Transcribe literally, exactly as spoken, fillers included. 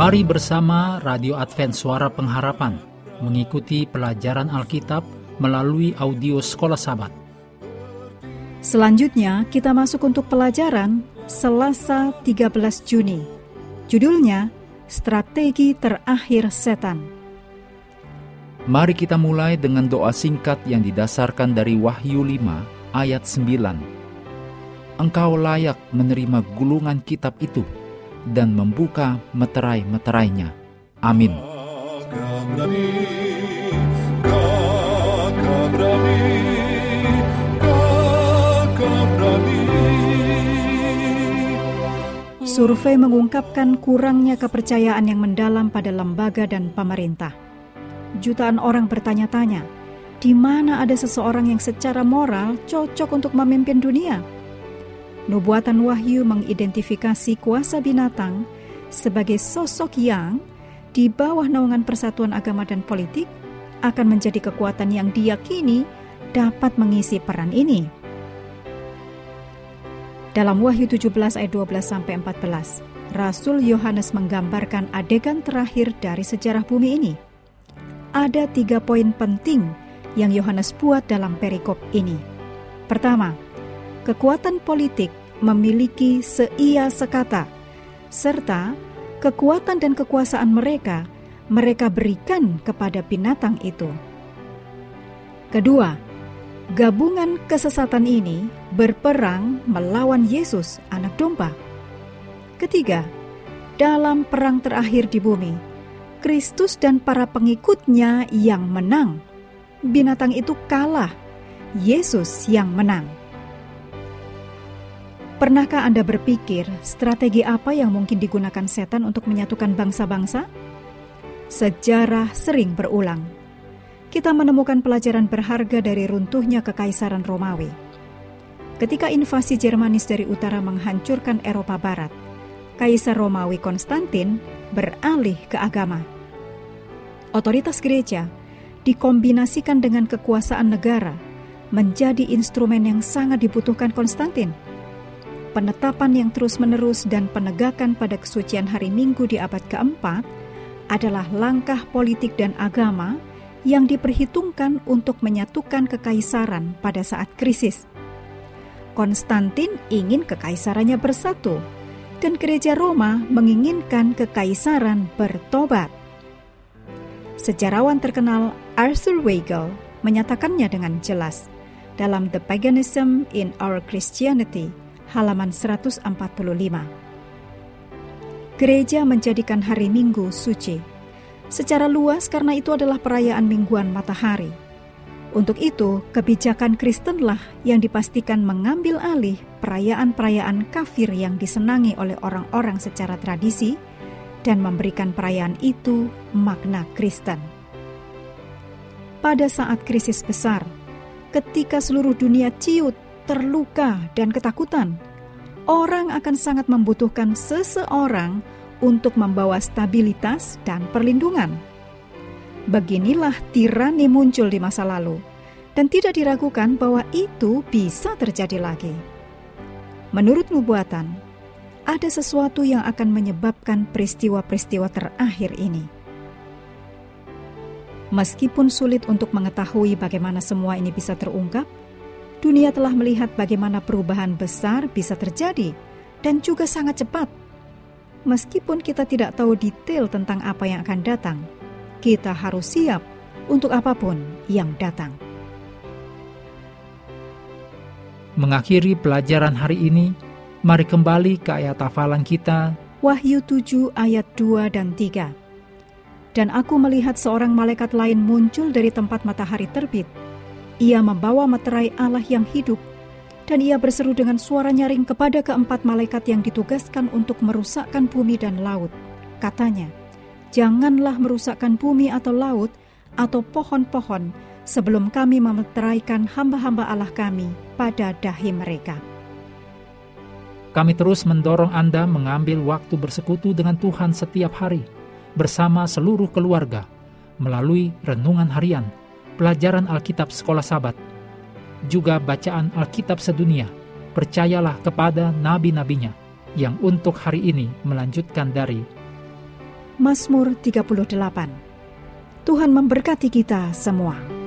Mari bersama Radio Advent Suara Pengharapan mengikuti pelajaran Alkitab melalui audio Sekolah Sabat. Selanjutnya kita masuk untuk pelajaran Selasa tiga belas Juni. Judulnya Strategi Terakhir Setan. Mari kita mulai dengan doa singkat yang didasarkan dari Wahyu lima ayat sembilan. Engkau layak menerima gulungan kitab itu dan membuka meterai-meterainya. Amin. Survei mengungkapkan kurangnya kepercayaan yang mendalam pada lembaga dan pemerintah. Jutaan orang bertanya-tanya, di mana ada seseorang yang secara moral cocok untuk memimpin dunia? Nubuatan Wahyu mengidentifikasi kuasa binatang sebagai sosok yang di bawah naungan persatuan agama dan politik akan menjadi kekuatan yang diyakini dapat mengisi peran ini. Dalam Wahyu tujuh belas ayat dua belas sampai empat belas, Rasul Yohanes menggambarkan adegan terakhir dari sejarah bumi ini. Ada tiga poin penting yang Yohanes buat dalam perikop ini. Pertama, kekuatan politik memiliki seia sekata, serta kekuatan dan kekuasaan mereka, mereka berikan kepada binatang itu. Kedua, gabungan kesesatan ini berperang melawan Yesus, anak domba. Ketiga, dalam perang terakhir di bumi, Kristus dan para pengikutnya yang menang. Binatang itu kalah, Yesus yang menang. Pernahkah Anda berpikir strategi apa yang mungkin digunakan setan untuk menyatukan bangsa-bangsa? Sejarah sering berulang. Kita menemukan pelajaran berharga dari runtuhnya Kekaisaran Romawi. Ketika invasi Jermanis dari utara menghancurkan Eropa Barat, Kaisar Romawi Konstantin beralih ke agama. Otoritas gereja dikombinasikan dengan kekuasaan negara menjadi instrumen yang sangat dibutuhkan Konstantin. Penetapan yang terus-menerus dan penegakan pada kesucian hari Minggu di abad keempat adalah langkah politik dan agama yang diperhitungkan untuk menyatukan kekaisaran pada saat krisis. Konstantin ingin kekaisarannya bersatu, dan gereja Roma menginginkan kekaisaran bertobat. Sejarawan terkenal Arthur Weigel menyatakannya dengan jelas dalam The Paganism in Our Christianity, halaman seratus empat puluh lima. Gereja menjadikan hari Minggu suci secara luas karena itu adalah perayaan mingguan matahari. Untuk itu, kebijakan Kristenlah yang dipastikan mengambil alih perayaan-perayaan kafir yang disenangi oleh orang-orang secara tradisi dan memberikan perayaan itu makna Kristen. Pada saat krisis besar, ketika seluruh dunia ciut, terluka, dan ketakutan, orang akan sangat membutuhkan seseorang untuk membawa stabilitas dan perlindungan. Beginilah tirani muncul di masa lalu, dan tidak diragukan bahwa itu bisa terjadi lagi. Menurut nubuatan, ada sesuatu yang akan menyebabkan peristiwa-peristiwa terakhir ini. Meskipun sulit untuk mengetahui bagaimana semua ini bisa terungkap, dunia telah melihat bagaimana perubahan besar bisa terjadi dan juga sangat cepat. Meskipun kita tidak tahu detail tentang apa yang akan datang, kita harus siap untuk apapun yang datang. Mengakhiri pelajaran hari ini, mari kembali ke ayat hafalan kita. Wahyu tujuh ayat dua dan tiga. Dan aku melihat seorang malaikat lain muncul dari tempat matahari terbit. Ia membawa meterai Allah yang hidup, dan ia berseru dengan suara nyaring kepada keempat malaikat yang ditugaskan untuk merusakkan bumi dan laut. Katanya, janganlah merusakkan bumi atau laut atau pohon-pohon sebelum kami memeteraikan hamba-hamba Allah kami pada dahi mereka. Kami terus mendorong Anda mengambil waktu bersekutu dengan Tuhan setiap hari, bersama seluruh keluarga, melalui renungan harian, pelajaran Alkitab Sekolah Sabat, juga bacaan Alkitab sedunia. Percayalah kepada nabi-nabinya yang untuk hari ini melanjutkan dari Mazmur tiga puluh delapan. Tuhan memberkati kita semua.